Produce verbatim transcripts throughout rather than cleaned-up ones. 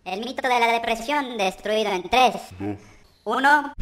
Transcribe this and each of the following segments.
El mito de la depresión destruido en tres, uno.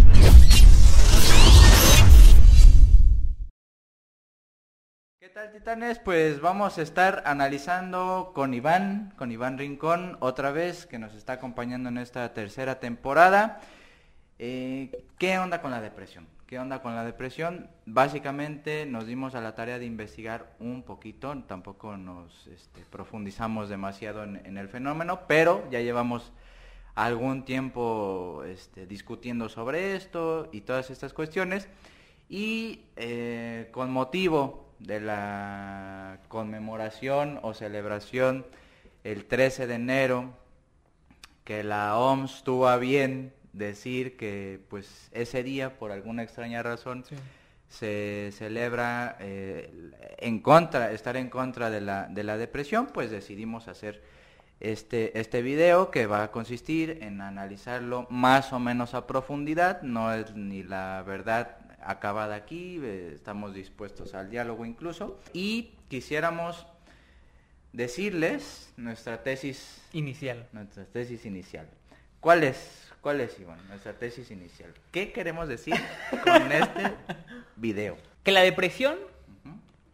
¿Qué tal, titanes? Pues vamos a estar analizando con Iván, con Iván Rincón, otra vez, que nos está acompañando en esta tercera temporada. Eh, ¿Qué onda con la depresión? ¿Qué onda con la depresión? Básicamente nos dimos a la tarea de investigar un poquito, tampoco nos este, profundizamos demasiado en, en el fenómeno, pero ya llevamos algún tiempo este, discutiendo sobre esto y todas estas cuestiones. Y eh, con motivo de la conmemoración o celebración el trece de enero, que la O M S tuvo a bien decir que pues ese día, por alguna extraña razón, sí, se celebra eh, en contra, estar en contra de la, de la depresión, pues decidimos hacer este, este video que va a consistir en analizarlo más o menos a profundidad. No es ni la verdad acabada aquí, eh, estamos dispuestos al diálogo incluso, y quisiéramos decirles nuestra tesis inicial. Nuestra tesis inicial. ¿Cuál es? ¿Cuál es, Iván? Nuestra tesis inicial. ¿Qué queremos decir con este video? Que la depresión uh-huh.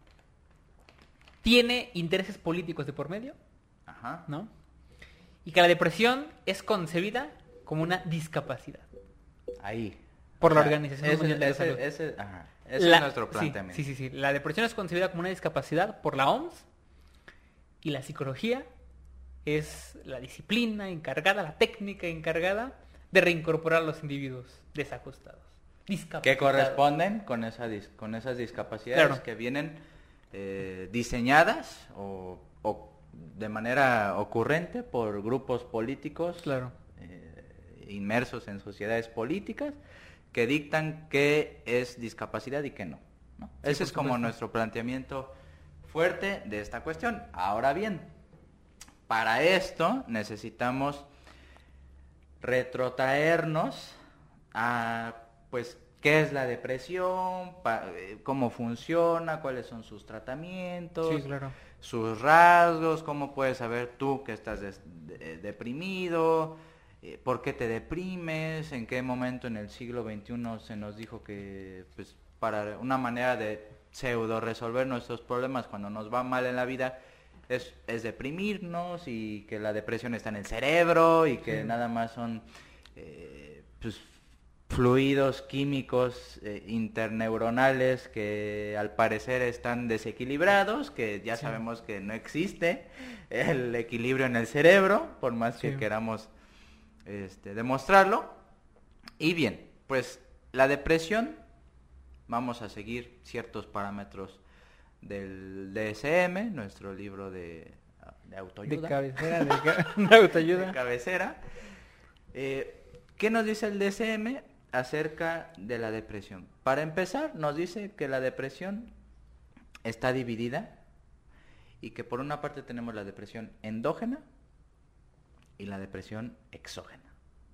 tiene intereses políticos de por medio, Ajá. ¿no? Y que la depresión es concebida como una discapacidad. Ahí. Por o la sea, Organización ese, Mundial de la ese, Salud. Ese, ajá, ese la, es nuestro planteamiento. Sí, sí, sí, sí. La depresión es concebida como una discapacidad por la O M S y la psicología es la disciplina encargada, la técnica encargada de reincorporar a los individuos desajustados, discapacitados. Que corresponden con, esa dis, con esas discapacidades claro. que vienen eh, diseñadas o, o de manera ocurrente por grupos políticos claro. eh, inmersos en sociedades políticas que dictan qué es discapacidad y qué no, ¿no? Sí, ese es como supuesto. Nuestro planteamiento fuerte de esta cuestión. Ahora bien, para esto necesitamos retrotraernos a, pues, qué es la depresión, pa, cómo funciona, cuáles son sus tratamientos, sí, claro. sus rasgos, cómo puedes saber tú que estás des, de, deprimido, eh, por qué te deprimes, en qué momento en el siglo veintiuno se nos dijo que, pues, para una manera de pseudo resolver nuestros problemas cuando nos va mal en la vida, Es, es deprimirnos y que la depresión está en el cerebro y que sí. nada más son eh, pues, fluidos químicos eh, interneuronales que al parecer están desequilibrados, que ya sí. sabemos que no existe el equilibrio en el cerebro, por más sí. que queramos este, demostrarlo. Y bien, pues la depresión, vamos a seguir ciertos parámetros del D S M, nuestro libro de, de autoayuda. De cabecera, de, ca- de autoayuda. De cabecera. Eh, ¿Qué nos dice el D S M acerca de la depresión? Para empezar, nos dice que la depresión está dividida y que por una parte tenemos la depresión endógena y la depresión exógena.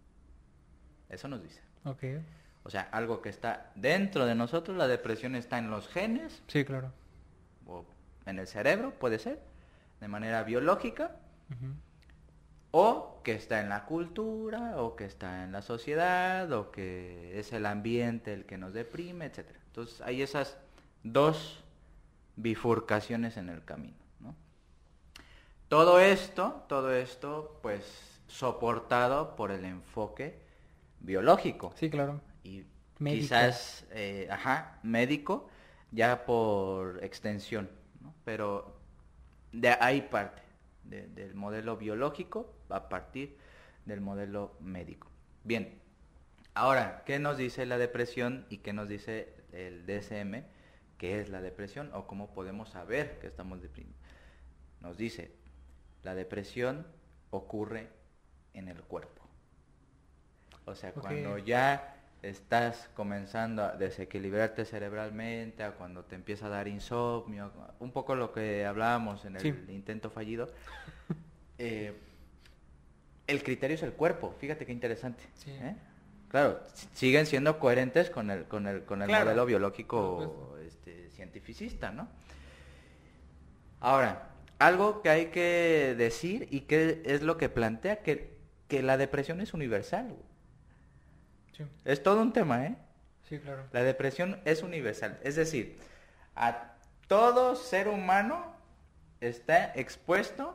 Eso nos dice. Okay. O sea, algo que está dentro de nosotros, la depresión está en los genes. Sí, claro. O en el cerebro, puede ser, de manera biológica, uh-huh. o que está en la cultura, o que está en la sociedad, o que es el ambiente el que nos deprime, etcétera. Entonces hay esas dos bifurcaciones en el camino, ¿no? Todo esto, todo esto, pues, soportado por el enfoque biológico. Sí, claro. Y médico. Quizás, eh, ajá, médico, ya por extensión, ¿no? Pero de ahí parte, de, del modelo biológico a partir del modelo médico. Bien, ahora, ¿qué nos dice la depresión y qué nos dice el D S M? ¿Qué es la depresión o cómo podemos saber que estamos deprimidos? Nos dice, la depresión ocurre en el cuerpo. O sea, okay. cuando ya estás comenzando a desequilibrarte cerebralmente, a cuando te empieza a dar insomnio, un poco lo que hablábamos en el sí. intento fallido, eh, el criterio es el cuerpo. Fíjate qué interesante. Sí. ¿eh? Claro, siguen siendo coherentes con el con el con el claro. modelo biológico este, cientificista, ¿no? Ahora, algo que hay que decir y que es lo que plantea, que que la depresión es universal, güey. Sí. Es todo un tema, ¿eh? Sí, claro. La depresión es universal, es decir, a todo ser humano está expuesto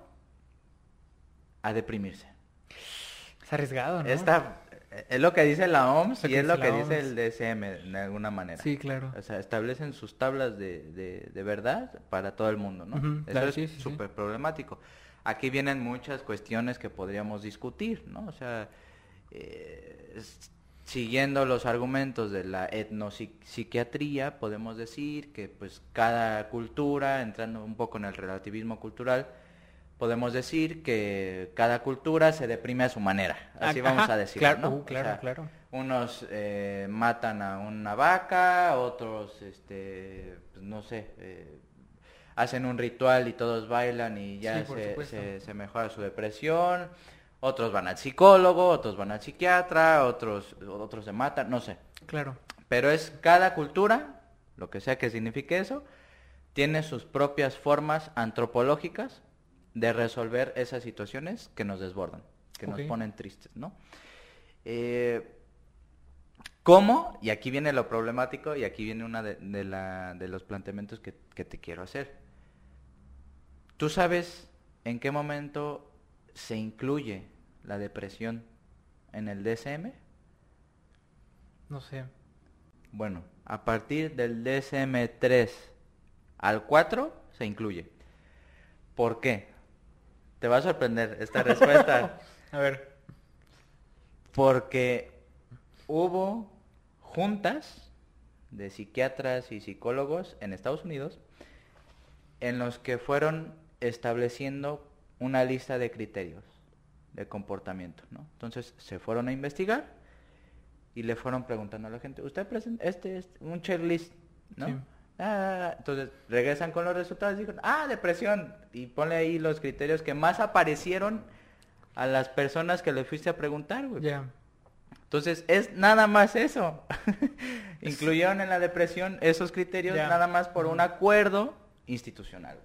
a deprimirse. Es arriesgado, ¿no? Esta, es lo que dice la O M S Lo y que es lo dice que la dice O M S. el D S M de alguna manera. Sí, claro. O sea, establecen sus tablas de, de, de verdad para todo el mundo, ¿no? Ujú, Eso claro, es sí, sí, sí. súper problemático. Aquí vienen muchas cuestiones que podríamos discutir, ¿no? O sea, eh, es- siguiendo los argumentos de la etnopsiquiatría, podemos decir que pues cada cultura, entrando un poco en el relativismo cultural, podemos decir que cada cultura se deprime a su manera, así Ajá, vamos a decirlo, claro, ¿no? uh, O claro, sea, claro. unos eh, matan a una vaca, otros, este, pues, no sé, eh, hacen un ritual y todos bailan y ya Sí, por se, supuesto. se, se mejora su depresión. Otros van al psicólogo, otros van al psiquiatra, otros, otros se matan, no sé. Claro. Pero es cada cultura, lo que sea que signifique eso, tiene sus propias formas antropológicas de resolver esas situaciones que nos desbordan, que Ok. nos ponen tristes, ¿no? Eh, ¿Cómo? Y aquí viene lo problemático y aquí viene una de, de, la, de los planteamientos que, que te quiero hacer. ¿Tú sabes en qué momento se incluye la depresión en el D S M? No sé. Bueno, a partir del D S M tres al cuatro se incluye. ¿Por qué? Te va a sorprender esta respuesta. A ver. Porque hubo juntas de psiquiatras y psicólogos en Estados Unidos en los que fueron estableciendo una lista de criterios de comportamiento, ¿no? Entonces se fueron a investigar y le fueron preguntando a la gente, usted presenta este es un checklist, ¿no? Sí. Ah, entonces regresan con los resultados y dicen, ah, depresión, y ponle ahí los criterios que más aparecieron a las personas que le fuiste a preguntar, güey. Ya. Entonces es nada más eso. Incluyeron en la depresión esos criterios Ya. nada más por un acuerdo institucional.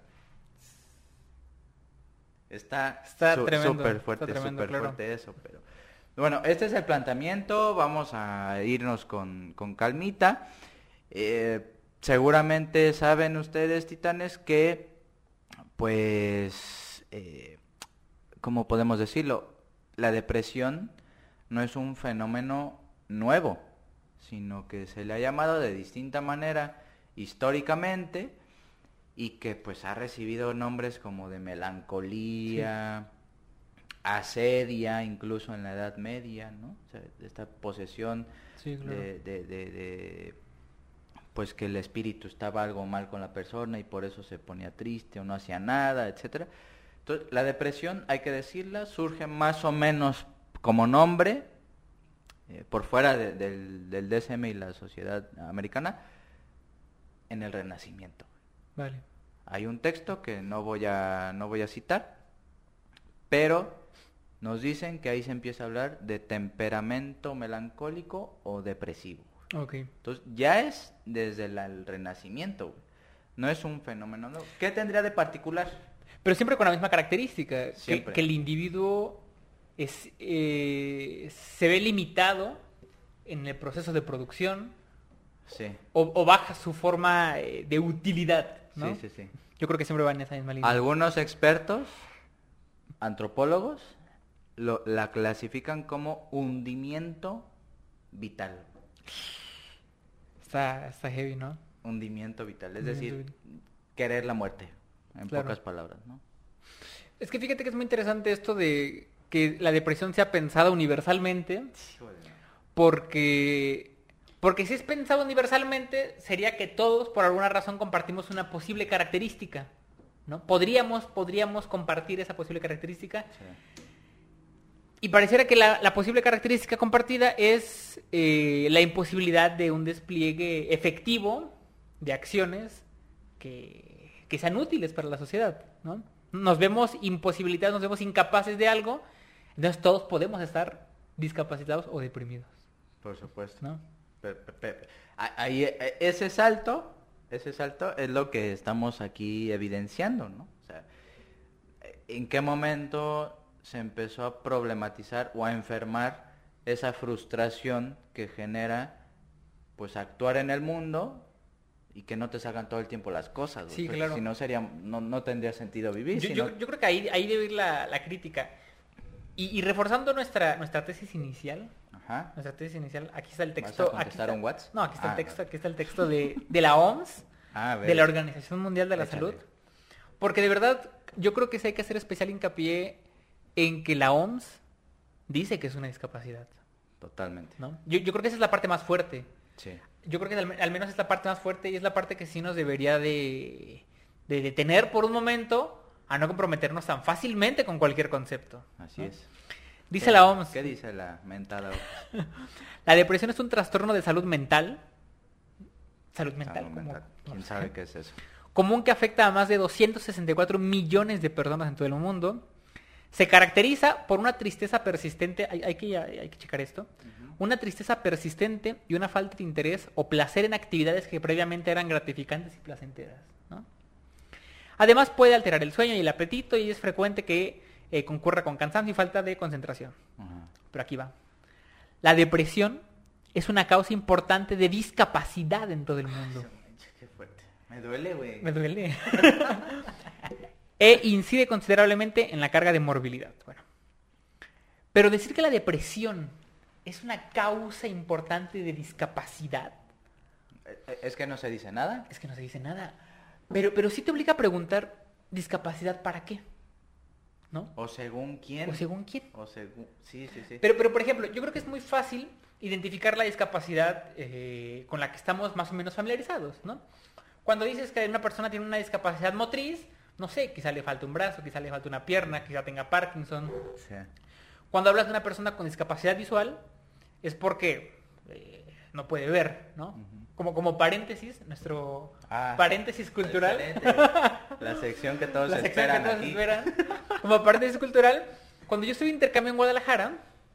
Está Está su- tremendo, súper está fuerte, tremendo, súper claro. fuerte eso, pero bueno, este es el planteamiento. Vamos a irnos con, con calmita. Eh, seguramente saben ustedes, titanes, que pues, eh, ¿cómo podemos decirlo? La depresión no es un fenómeno nuevo, sino que se le ha llamado de distinta manera históricamente y que pues ha recibido nombres como de melancolía, asedia, incluso en la Edad Media, ¿no? O sea, esta posesión Sí, claro. de, de, de, de, pues que el espíritu estaba algo mal con la persona y por eso se ponía triste o no hacía nada, etcétera. Entonces, la depresión, hay que decirla, surge más o menos como nombre, eh, por fuera de, del, del D S M y la sociedad americana, en el Renacimiento. Vale. Hay un texto que no voy a, no voy a citar, pero nos dicen que ahí se empieza a hablar de temperamento melancólico o depresivo. Ok. Entonces, ya es desde la- el Renacimiento, güey. No es un fenómeno nuevo. ¿Qué tendría de particular? Pero siempre con la misma característica, que, Siempre. que el individuo es, eh, se ve limitado en el proceso de producción Sí, o, o baja su forma eh, de utilidad, ¿no? sí, sí, sí. Yo creo que siempre va en esa misma línea. Algunos expertos, antropólogos, lo, la clasifican como hundimiento vital. Está, está heavy, ¿no? Hundimiento vital, es Hundimiento decir, querer la muerte, en Claro. pocas palabras, ¿no? Es que fíjate que es muy interesante esto de que la depresión sea pensada universalmente, porque porque si es pensado universalmente sería que todos por alguna razón compartimos una posible característica, ¿no? Podríamos podríamos compartir esa posible característica Sí. y pareciera que la, la posible característica compartida es eh, la imposibilidad de un despliegue efectivo de acciones que, que sean útiles para la sociedad, ¿no? Nos vemos imposibilitados, nos vemos incapaces de algo, entonces todos podemos estar discapacitados o deprimidos, Por supuesto. ¿no? Pe- pe- pe- a- Ahí, eh, ese salto, ese salto es lo que estamos aquí evidenciando, ¿no? O sea, ¿en qué momento se empezó a problematizar o a enfermar esa frustración que genera pues actuar en el mundo y que no te salgan todo el tiempo las cosas, güey. Sí, Porque claro. Si no sería, no, no tendría sentido vivir. Yo, si yo, no- yo creo que ahí, ahí debe ir la, la crítica. Y, y reforzando nuestra, nuestra tesis inicial, Ajá. nuestra tesis inicial, aquí está el ¿Vas texto. a aquí contestar está- un WhatsApp? No, aquí está Ah, el texto, aquí está el texto de, de la O M S, Ah, a ver. de la Organización Mundial de la Échale. Salud. Porque de verdad, yo creo que sí hay que hacer especial hincapié en que la O M S dice que es una discapacidad, Totalmente. ¿no? Yo, yo creo que esa es la parte más fuerte. Sí. Yo creo que al, al menos es la parte más fuerte y es la parte que sí nos debería de, de detener por un momento a no comprometernos tan fácilmente con cualquier concepto. Así ¿no? es. Dice ¿Qué- la O M S, ¿Qué dice la mentada O M S? la depresión es un trastorno de salud mental. Salud mental, Salud como- mental. no ¿Quién sé, sabe qué es eso? común que afecta a más de doscientos sesenta y cuatro millones de personas en todo el mundo. Se caracteriza por una tristeza persistente, hay, hay que, hay que checar esto, una tristeza persistente y una falta de interés o placer en actividades que previamente eran gratificantes y placenteras, ¿no? Además puede alterar el sueño y el apetito y es frecuente que eh, concurra con cansancio y falta de concentración. Ajá. Pero aquí va. La depresión es una causa importante de discapacidad en todo el mundo. Qué fuerte. Me duele, güey. Me duele. E incide considerablemente en la carga de morbilidad. Bueno. Pero decir que la depresión es una causa importante de discapacidad Eh, eh, Es que no se dice nada. es que no se dice nada. Pero, pero sí te obliga a preguntar, ¿discapacidad para qué? ¿No? O según quién. ¿O según quién? O según... Sí, sí, sí. Pero, pero, por ejemplo, yo creo que es muy fácil identificar la discapacidad eh, con la que estamos más o menos familiarizados, ¿no? Cuando dices que una persona tiene una discapacidad motriz, no sé, quizá le falta un brazo, quizá le falta una pierna, quizá tenga Parkinson. Sí. Cuando hablas de una persona con discapacidad visual, es porque eh, no puede ver, ¿no? Como, como paréntesis, nuestro Ah, paréntesis cultural. excelente. La sección que todos La sección esperan que todos aquí. esperan. Como paréntesis cultural, cuando yo estuve de intercambio en Guadalajara,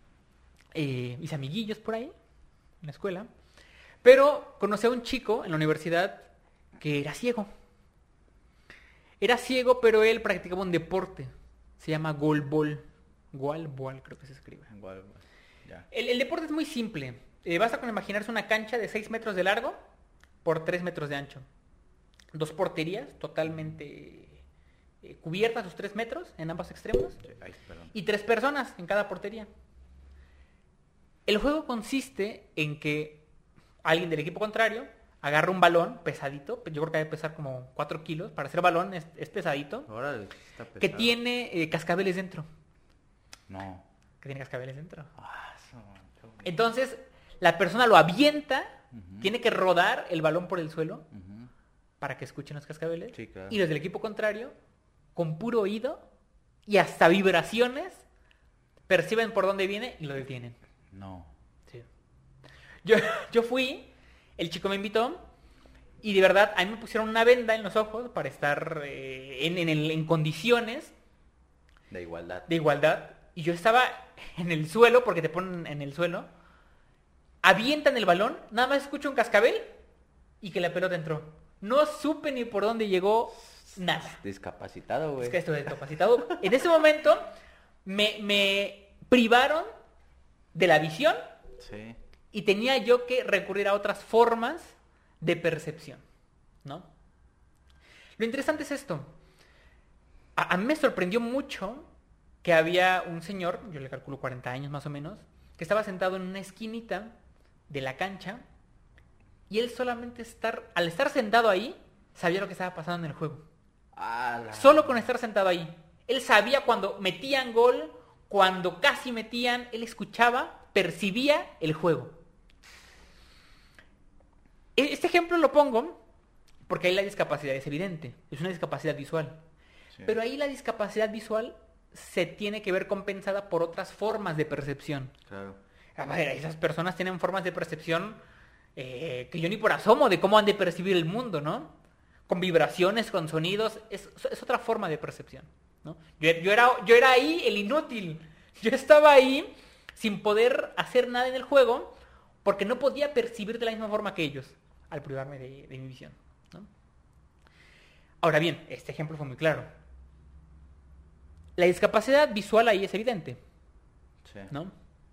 eh, mis amiguillos por ahí, en la escuela, pero conocí a un chico en la universidad que era ciego. Era ciego, pero él practicaba un deporte. Se llama golbol. Golbol, creo que se escribe. Igual, igual. Ya. El, el deporte es muy simple. Eh, basta con imaginarse una cancha de seis metros de largo por tres metros de ancho. Dos porterías totalmente eh, cubiertas, sus tres metros en ambos extremos. Sí, ay, perdón. Y tres personas en cada portería. El juego consiste en que alguien del equipo contrario agarra un balón pesadito, yo creo que debe pesar como cuatro kilos, para ser balón es, es pesadito, Órale, está pesado. que tiene eh, cascabeles dentro. No. Que tiene cascabeles dentro. Ah, eso, qué bonito. Entonces, la persona lo avienta, Ujú. tiene que rodar el balón por el suelo Ujú. para que escuchen los cascabeles. Sí, claro. Y los del equipo contrario, con puro oído y hasta vibraciones, perciben por dónde viene y lo detienen. No. Sí. Yo, yo fui, el chico me invitó y de verdad a mí me pusieron una venda en los ojos para estar eh, en, en, el- en condiciones De igualdad. de igualdad. Y yo estaba en el suelo, porque te ponen en el suelo, avientan el balón, nada más escucho un cascabel y que la pelota entró. No supe ni por dónde llegó nada. Discapacitado, güey. Es que estoy discapacitado. En ese momento me, me privaron de la visión Sí. y tenía yo que recurrir a otras formas de percepción, ¿no? Lo interesante es esto. A, a mí me sorprendió mucho que había un señor, yo le calculo cuarenta años más o menos, que estaba sentado en una esquinita de la cancha y él solamente estar, al estar sentado ahí, sabía lo que estaba pasando en el juego. Ah, la- Solo con estar sentado ahí. Él sabía cuando metían gol, cuando casi metían, él escuchaba, percibía el juego. E- Este ejemplo lo pongo porque ahí la discapacidad es evidente, es una discapacidad visual. Sí. Pero ahí la discapacidad visual se tiene que ver compensada por otras formas de percepción. Claro. A ver, esas personas tienen formas de percepción eh, que yo ni por asomo de cómo han de percibir el mundo, ¿no? Con vibraciones, con sonidos, es, es otra forma de percepción, ¿no? Yo, yo, era, yo era ahí el inútil, yo estaba ahí sin poder hacer nada en el juego porque no podía percibir de la misma forma que ellos al privarme de, de mi visión, ¿no? Ahora bien, este ejemplo fue muy claro. La discapacidad visual ahí es evidente, Sí. ¿no?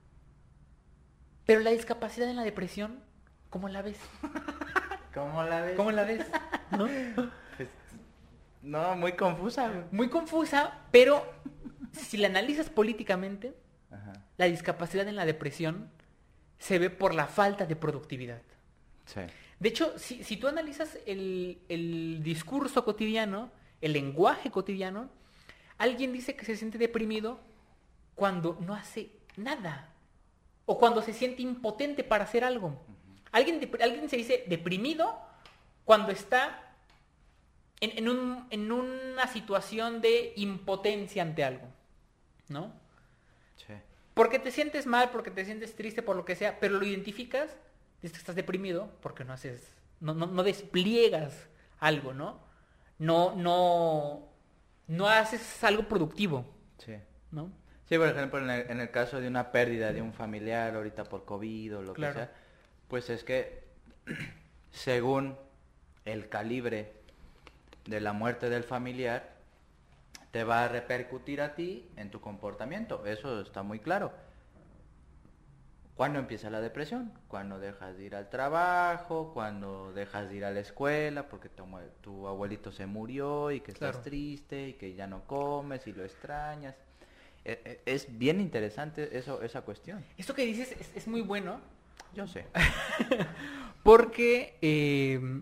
Pero la discapacidad en la depresión, ¿cómo la ves? ¿Cómo la ves? ¿Cómo la ves? ¿No? Pues, no, muy confusa, güey. Muy confusa, pero si la analizas políticamente, Ajá. la discapacidad en la depresión se ve por la falta de productividad. Sí. De hecho, si, si tú analizas el, el discurso cotidiano, el lenguaje cotidiano, alguien dice que se siente deprimido cuando no hace nada. O cuando se siente impotente para hacer algo. Uh-huh. Alguien, de, alguien se dice deprimido cuando está en, en, un, en una situación de impotencia ante algo, ¿no? Sí. Porque te sientes mal, porque te sientes triste, por lo que sea, pero lo identificas, dices que estás deprimido porque no haces, no, no, no despliegas algo, ¿no? No, no, no haces algo productivo, Sí. ¿no? Sí, por ejemplo, en el, en el caso de una pérdida de un familiar ahorita por COVID o lo Claro. que sea, pues es que según el calibre de la muerte del familiar, te va a repercutir a ti en tu comportamiento. Eso está muy claro. ¿Cuándo empieza la depresión? Cuando dejas de ir al trabajo, cuando dejas de ir a la escuela porque tu, tu abuelito se murió y que estás Claro. triste y que ya no comes y lo extrañas. Es bien interesante eso, esa cuestión. Esto que dices es, es muy bueno. Yo sé. Porque eh,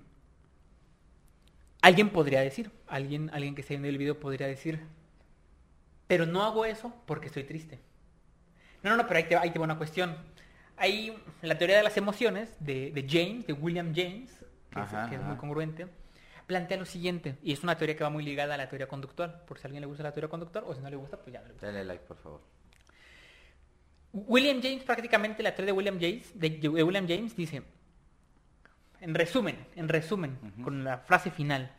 alguien podría decir, alguien, alguien que esté viendo el video podría decir, pero no hago eso porque estoy triste. No, no, no, pero ahí te, ahí te va una cuestión. Hay la teoría de las emociones de, de James, de William James, que, Ajá, es, que es ajá. muy congruente, plantea lo siguiente, y es una teoría que va muy ligada a la teoría conductual, por si a alguien le gusta la teoría conductual, o si no le gusta, pues ya no le gusta. Dale like, por favor. William James, prácticamente la teoría de William James, de, de William James dice, en resumen, en resumen, Ujú. con la frase final,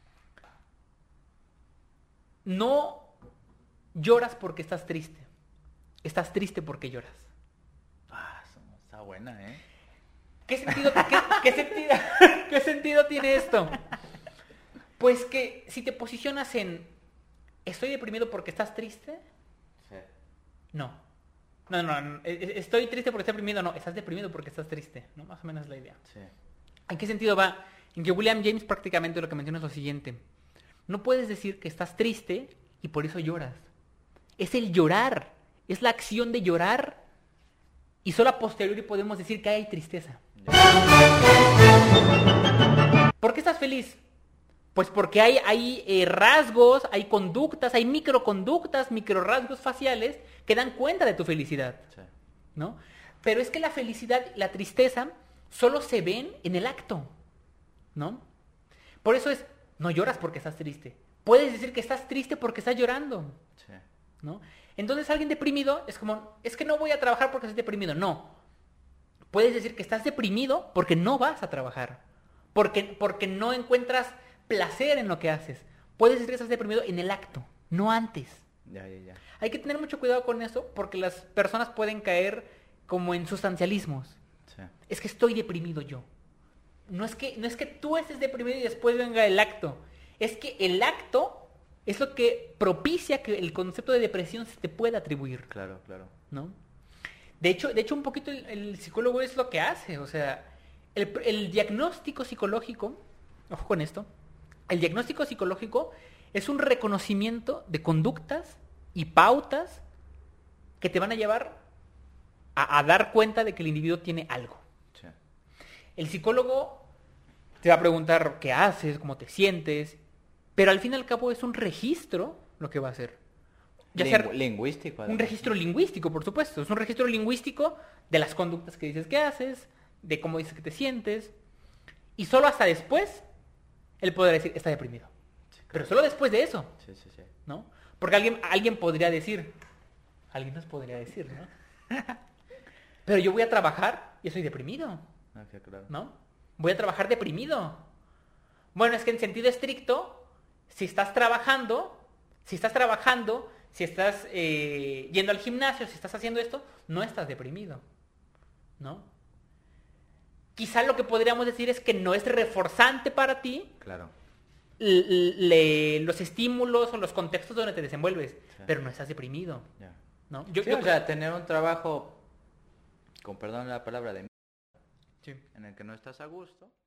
no lloras porque estás triste, estás triste porque lloras. Ah, eso está buena, ¿eh? ¿Qué sentido, qué, qué sentido, qué sentido tiene esto? Pues que si te posicionas en estoy deprimido porque estás triste, Sí. no. No, no, no, estoy triste porque estoy deprimido, no, estás deprimido porque estás triste, ¿no? Más o menos es la idea. Sí. ¿En qué sentido va? En que William James prácticamente lo que menciona es lo siguiente. No puedes decir que estás triste y por eso lloras. Es el llorar, es la acción de llorar y solo a posteriori podemos decir que hay tristeza. ¿Por qué estás feliz? Pues porque hay, hay eh, rasgos, hay conductas, hay microconductas, microrasgos faciales que dan cuenta de tu felicidad, Sí. ¿no? Pero es que la felicidad, la tristeza, solo se ven en el acto, ¿no? Por eso es, no lloras porque estás triste. Puedes decir que estás triste porque estás llorando, Sí. ¿no? Entonces alguien deprimido es como, es que no voy a trabajar porque estoy deprimido. No. Puedes decir que estás deprimido porque no vas a trabajar. Porque, porque no encuentras placer en lo que haces. Puedes decir que estás deprimido en el acto, no antes. Ya, ya, ya. Hay que tener mucho cuidado con eso porque las personas pueden caer como en sustancialismos. Sí. Es que estoy deprimido yo. No es que, no es que tú estés deprimido y después venga el acto. Es que el acto es lo que propicia que el concepto de depresión se te pueda atribuir, Claro, claro. ¿no? De hecho, de hecho un poquito el, el psicólogo es lo que hace. O sea, el, el diagnóstico psicológico, ojo con esto, el diagnóstico psicológico es un reconocimiento de conductas y pautas que te van a llevar a, a dar cuenta de que el individuo tiene algo. Sí. El psicólogo te va a preguntar qué haces, cómo te sientes, pero al fin y al cabo es un registro lo que va a hacer. Ya sea Lingu- lingüístico. un además. registro lingüístico, por supuesto. Es un registro lingüístico de las conductas que dices que haces, de cómo dices que te sientes, y solo hasta después él podrá decir, está deprimido. Sí, claro. Pero solo después de eso, Sí, sí, sí. ¿no? Porque alguien, alguien podría decir, alguien nos podría decir, ¿no? Pero yo voy a trabajar y estoy deprimido, Ah, sí, claro. ¿no? Voy a trabajar deprimido. Bueno, es que en sentido estricto, si estás trabajando, si estás trabajando, si estás eh, yendo al gimnasio, si estás haciendo esto, no estás deprimido, ¿no? Quizá lo que podríamos decir es que no es reforzante para ti, Claro. le, los estímulos o los contextos donde te desenvuelves, sí. pero no estás deprimido. Ya. ¿No? Yo, sí, yo, o sea, tener un trabajo, con perdón la palabra, de sí. en el que no estás a gusto,